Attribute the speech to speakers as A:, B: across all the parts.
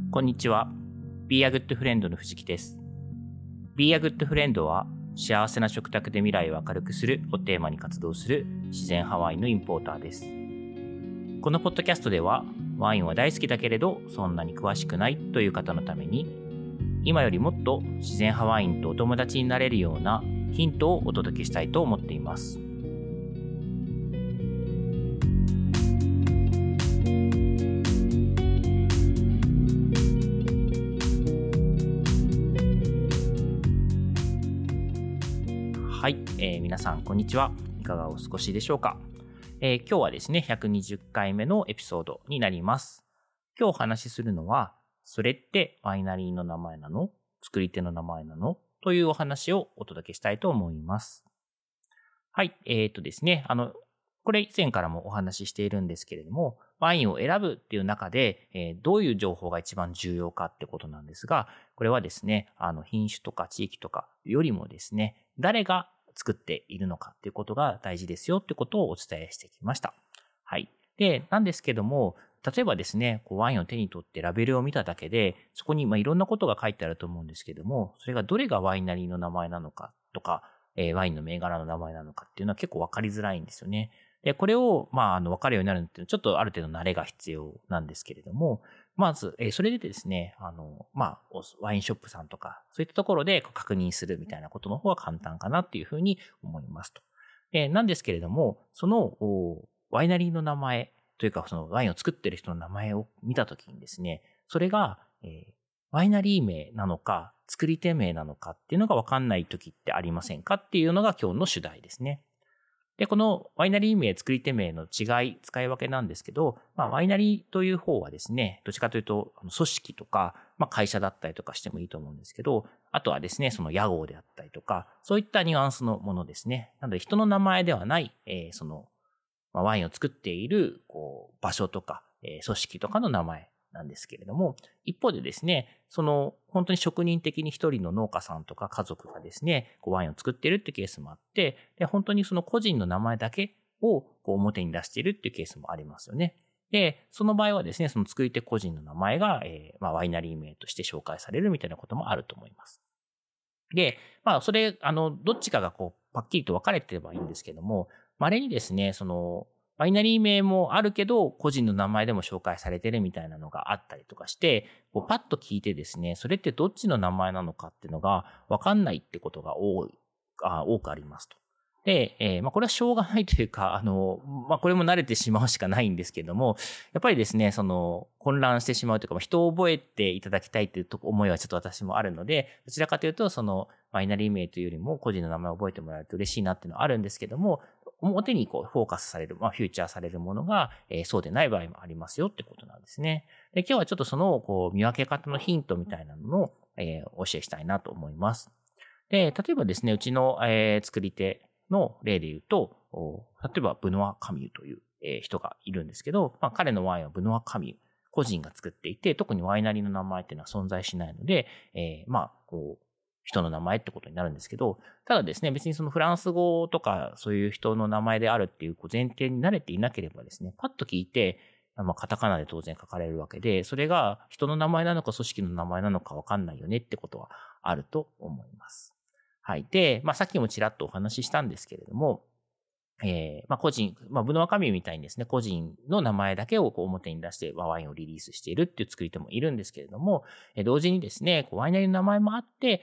A: こんにちは。Be a Good Friend の藤木です。Be a Good Friend は幸せな食卓で未来を明るくするをテーマに活動する自然派ワインのインポーターです。このポッドキャストではワインは大好きだけれどそんなに詳しくないという方のために今よりもっと自然派ワインとお友達になれるようなヒントをお届けしたいと思っています。はい、皆さんこんにちは。いかがお過ごしでしょうか。今日はですね、120回目のエピソードになります。今日お話しするのは、それってワイナリーの名前なの？作り手の名前なの？というお話をお届けしたいと思います。はい、ですね、これ以前からもお話ししているんですけれども、ワインを選ぶっていう中で、どういう情報が一番重要かってことなんですが、これはですね、品種とか地域とかよりもですね、誰が作っているのかっていうことが大事ですよってことをお伝えしてきました。はい。で、なんですけども、例えばですね、ワインを手に取ってラベルを見ただけで、そこにいろんなことが書いてあると思うんですけども、それがどれがワイナリーの名前なのかとか、ワインの銘柄の名前なのかっていうのは結構わかりづらいんですよね。で、これを、わかるようになるのってちょっとある程度慣れが必要なんですけれども、まず、それでですね、ワインショップさんとか、そういったところで確認するみたいなことの方が簡単かなっていうふうに思いますと。なんですけれども、その、ワイナリーの名前というか、そのワインを作ってる人の名前を見たときにですね、それが、ワイナリー名なのか、作り手名なのかっていうのがわかんないときってありませんかっていうのが今日の主題ですね。で、このワイナリー名、作り手名の違い、使い分けなんですけど、ワイナリーという方はですね、どっちかというと、組織とか、会社だったりとかしてもいいと思うんですけど、あとはですね、その屋号であったりとか、そういったニュアンスのものですね。なので、人の名前ではない、ワインを作っている、場所とか、組織とかの名前なんですけれども、一方でですね、本当に職人的に一人の農家さんとか家族がですね、ワインを作っているってケースもあって、で、本当にその個人の名前だけを表に出しているっていうケースもありますよね。で、その場合はですね、その作り手個人の名前が、ワイナリー名として紹介されるみたいなこともあると思います。で、それ、どっちかがパッキリと分かれてればいいんですけども、稀にですね、バイナリー名もあるけど、個人の名前でも紹介されてるみたいなのがあったりとかして、パッと聞いてですね、それってどっちの名前なのかっていうのが分かんないってことが多くありますと。で、これはしょうがないというか、これも慣れてしまうしかないんですけども、やっぱりですね、混乱してしまうというか、人を覚えていただきたいという思いはちょっと私もあるので、どちらかというと、バイナリー名というよりも個人の名前を覚えてもらえると嬉しいなっていうのはあるんですけども、表にフォーカスされる、フューチャーされるものが、そうでない場合もありますよってことなんですね。で、今日はちょっとその、見分け方のヒントみたいなのを、お教えしたいなと思います。で、例えばですね、うちの、作り手の例で言うと、例えばブノワ・カミュという、人がいるんですけど、彼のワインはブノワ・カミュ、個人が作っていて、特にワイナリーの名前っていうのは存在しないので、人の名前ってことになるんですけど、ただですね、別にそのフランス語とかそういう人の名前であるっていう前提に慣れていなければですね、パッと聞いて、カタカナで当然書かれるわけで、それが人の名前なのか組織の名前なのかわかんないよねってことはあると思います。はい。で、さっきもちらっとお話ししたんですけれども、個人、ブノワカミュみたいにですね、個人の名前だけを表に出してワインをリリースしているっていう作り手もいるんですけれども、同時にですね、ワイナリーの名前もあって、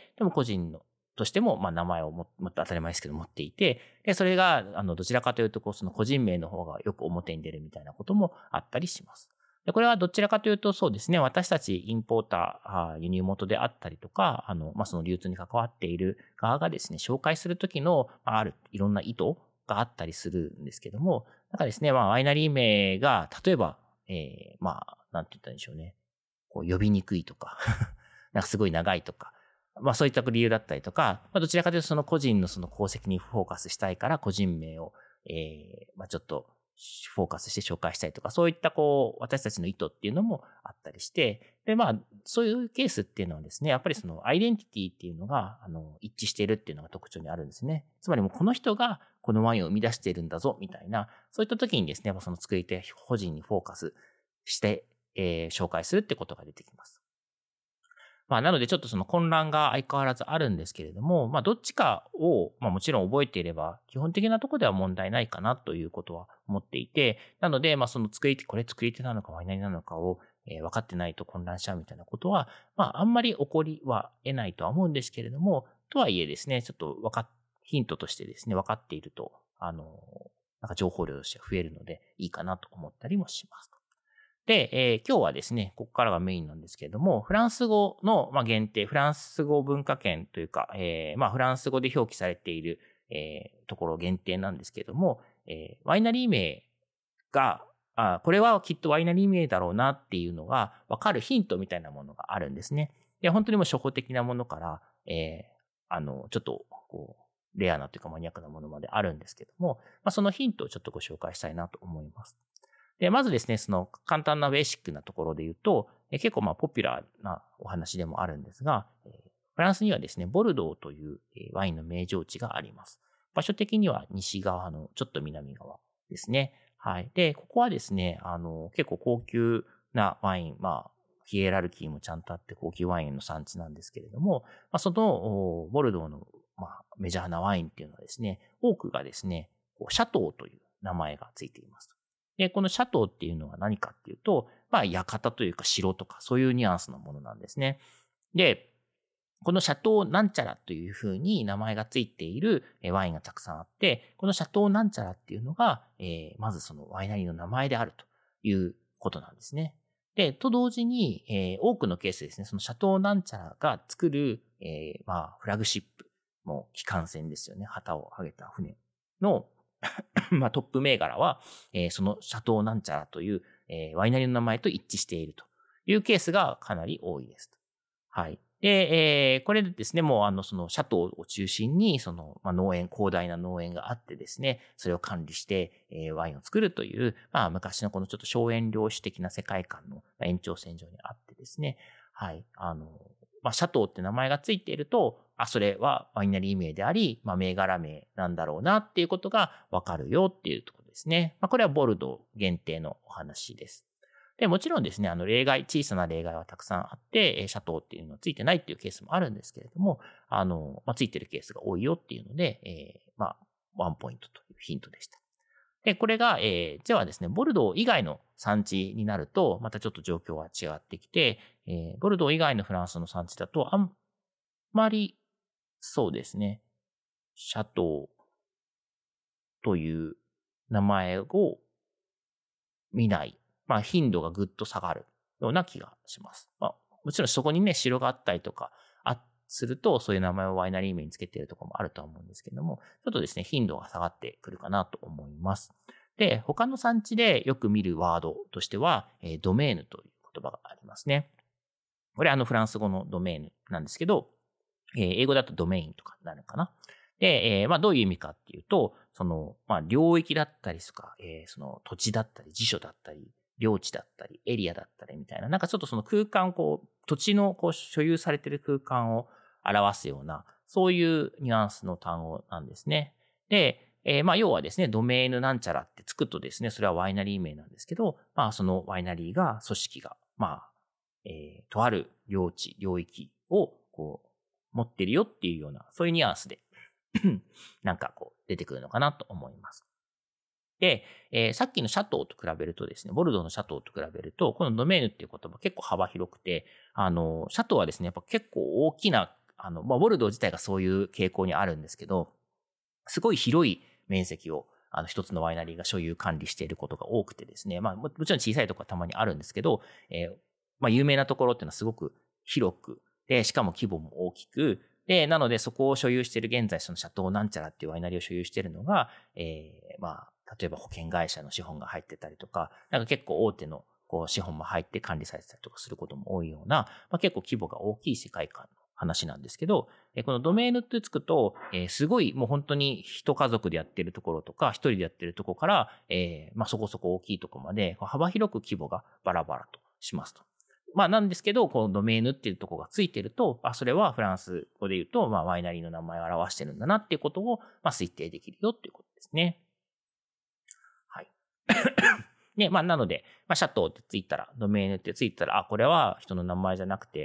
A: でも個人のとしても、名前をもっと当たり前ですけど持っていて、で、それが、どちらかというと、その個人名の方がよく表に出るみたいなこともあったりします。で、これはどちらかというと、そうですね、私たちインポーター、輸入元であったりとか、その流通に関わっている側がですね、紹介するときの、いろんな意図があったりするんですけども、なんかですね、ワイナリー名が、例えば、なんて言ったんでしょうね。呼びにくいとか、なんかすごい長いとか、そういった理由だったりとか、どちらかというとその個人のその功績にフォーカスしたいから個人名を、ちょっとフォーカスして紹介したいとか、そういった私たちの意図っていうのもあったりして、で、そういうケースっていうのはですね、やっぱりそのアイデンティティっていうのが、一致しているっていうのが特徴にあるんですね。つまりもうこの人がこのワインを生み出しているんだぞ、みたいな、そういった時にですね、その作り手個人にフォーカスして、紹介するってことが出てきます。 なのでちょっとその混乱が相変わらずあるんですけれども、どっちかを、もちろん覚えていれば、基本的なところでは問題ないかなということは思っていて、なので、そのこれ作り手なのかワイナリーなのかを、分かってないと混乱しちゃうみたいなことは、あんまり起こりは得ないとは思うんですけれども、とはいえですね、ちょっとヒントとしてですね、分かっていると、なんか情報量としては増えるのでいいかなと思ったりもします。で、今日はですね、ここからがメインなんですけれども、フランス語の限定、フランス語文化圏というか、フランス語で表記されている、ところ限定なんですけれども、ワイナリー名が、これはきっとワイナリー名だろうなっていうのが分かるヒントみたいなものがあるんですね。で、本当にもう初歩的なものから、ちょっと、レアなというかマニアックなものまであるんですけども、そのヒントをちょっとご紹介したいなと思います。で、まずですね、その簡単なベーシックなところで言うと、結構ポピュラーなお話でもあるんですが、フランスにはですね、ボルドーというワインの名城地があります。場所的には西側のちょっと南側ですね。はい。で、ここはですね、結構高級なワイン、ヒエラルキーもちゃんとあって高級ワインの産地なんですけれども、そのボルドーのメジャーなワインっていうのはですね、多くがですね、シャトーという名前がついています。で、このシャトーっていうのは何かっていうと、館というか城とかそういうニュアンスのものなんですね。で、このシャトーなんちゃらというふうに名前がついているワインがたくさんあって、このシャトーなんちゃらっていうのが、まずそのワイナリーの名前であるということなんですね。で、と同時に、多くのケースですね、そのシャトーなんちゃらが作る、フラグシップ、もう機関船ですよね、旗を上げた船のトップ銘柄は、そのシャトーなんちゃらという、ワイナリーの名前と一致しているというケースがかなり多いですと。はい。で、これでですね、もうそのシャトーを中心に、その、農園、広大な農園があってですね、それを管理して、ワインを作るという、昔のこのちょっと荘園領主的な世界観の延長線上にあってですね、はい。シャトーって名前がついていると、それはワイナリー名であり、銘柄名なんだろうなっていうことがわかるよっていうところですね。これはボルドー限定のお話です。で、もちろんですね、小さな例外はたくさんあって、シャトーっていうのはついてないっていうケースもあるんですけれども、ついてるケースが多いよっていうので、ワンポイントというヒントでした。で、これが、ではですね、ボルドー以外の産地になると、またちょっと状況は違ってきて、ボルドー以外のフランスの産地だと、あんまり、そうですね、シャトーという名前を見ない。頻度がぐっと下がるような気がします。もちろんそこにね、城があったりとか、すると、そういう名前をワイナリー名につけているところもあるとは思うんですけども、ちょっとですね、頻度が下がってくるかなと思います。で、他の産地でよく見るワードとしては、ドメーヌという言葉がありますね。これフランス語のドメーヌなんですけど、英語だとドメインとかになるかな。で、どういう意味かっていうと、その、領域だったりとか、その土地だったり、辞書だったり、領地だったり、エリアだったりみたいな、なんかちょっとその空間を土地の所有されている空間を表すような、そういうニュアンスの単語なんですね。で、要はですね、ドメーヌなんちゃらってつくとですね、それはワイナリー名なんですけど、そのワイナリーが、組織が、とある領地、領域を、持ってるよっていうような、そういうニュアンスでなんか出てくるのかなと思います。で、さっきのシャトーと比べるとですね、ボルドーのシャトーと比べると、このドメーヌっていう言葉結構幅広くて、シャトーはですね、やっぱ結構大きな、ボルドー自体がそういう傾向にあるんですけど、すごい広い面積を、一つのワイナリーが所有管理していることが多くてですね、もちろん小さいところはたまにあるんですけど、有名なところっていうのはすごく広く、で、しかも規模も大きく、で、なのでそこを所有している現在そのシャトーなんちゃらっていうワイナリーを所有しているのが、例えば保険会社の資本が入ってたりとか、なんか結構大手の資本も入って管理されてたりとかすることも多いような、結構規模が大きい世界観の話なんですけど、このドメーヌってつくと、すごいもう本当に一家族でやってるところとか、一人でやってるところから、そこそこ大きいところまで幅広く規模がバラバラとしますと。なんですけど、このドメーヌっていうところがついてると、それはフランス語で言うと、ワイナリーの名前を表してるんだなっていうことを、推定できるよっていうことですね。はい。で、なので、シャトーってついたら、ドメーヌってついたら、これは人の名前じゃなくて、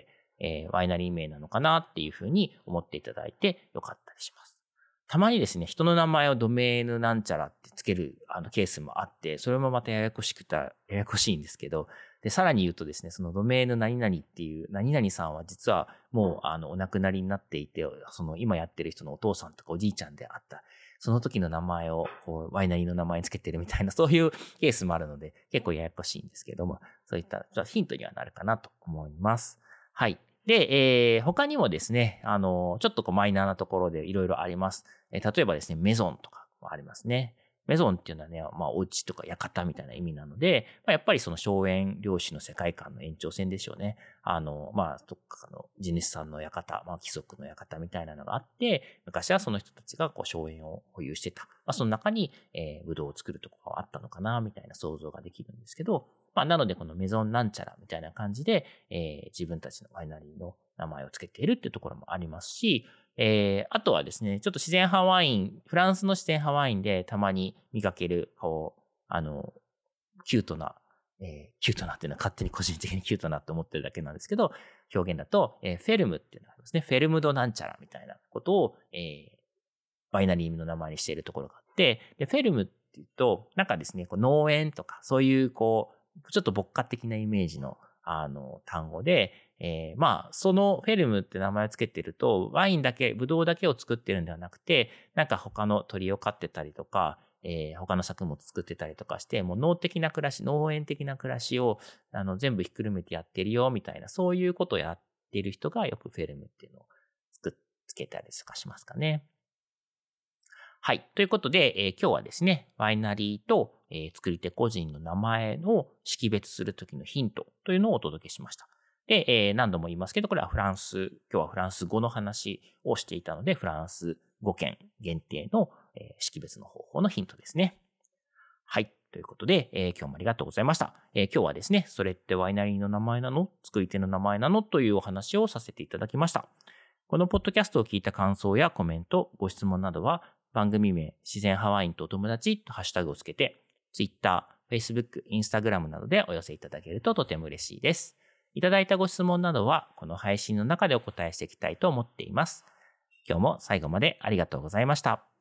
A: ワイナリー名なのかなっていうふうに思っていただいてよかったりします。たまにですね、人の名前をドメイヌなんちゃらってつけるケースもあって、それもまたややこしいんですけど、で、さらに言うとですね、そのドメイヌ何々っていう、何々さんは実はもうお亡くなりになっていて、その今やってる人のお父さんとかおじいちゃんであった、その時の名前をこうワイナリーの名前につけてるみたいな、そういうケースもあるので、結構ややこしいんですけども、そういったヒントにはなるかなと思います。はい。で、他にもですね、ちょっとこうマイナーなところでいろいろあります。例えばですね、メゾンとかもありますね。メゾンっていうのはね、お家とか館みたいな意味なので、やっぱりその荘園領主の世界観の延長線でしょうね。どっかの地主さんの館、貴族の館みたいなのがあって、昔はその人たちがこう荘園を保有してた。その中に、ブドウを作るところがあったのかな、みたいな想像ができるんですけど、なのでこのメゾンなんちゃらみたいな感じで、自分たちのワイナリーの名前を付けているっていうところもありますし、あとはですね、ちょっと自然派ワイン、フランスの自然派ワインでたまに見かける、キュートなっていうのは勝手に個人的にキュートなって思ってるだけなんですけど、表現だと、フェルムっていうのがありますね。フェルムドなんちゃらみたいなことを、ワイナリーの名前にしているところがあって、で、フェルムっていうと、なんかですね、こう農園とか、そういうちょっと牧歌的なイメージの、単語で、そのフェルムって名前をつけてると、ワインだけ、ブドウだけを作ってるんではなくて、なんか他の鳥を飼ってたりとか、他の作物作ってたりとかして、もう農的な暮らし、農園的な暮らしを、全部ひっくるめてやってるよ、みたいな、そういうことをやっている人がよくフェルムっていうのをつけたりとかしますかね。はい。ということで、今日はですね、ワイナリーと、作り手個人の名前を識別するときのヒントというのをお届けしました。で、何度も言いますけど、これは今日はフランス語の話をしていたので、フランス語圏限定の、識別の方法のヒントですね。はい。ということで、今日もありがとうございました。今日はですね、それってワイナリーの名前なの？作り手の名前なの？というお話をさせていただきました。このポッドキャストを聞いた感想やコメント、ご質問などは、番組名、自然派ワインとお友達とハッシュタグをつけて、Twitter、Facebook、Instagram などでお寄せいただけるととても嬉しいです。いただいたご質問などは、この配信の中でお答えしていきたいと思っています。今日も最後までありがとうございました。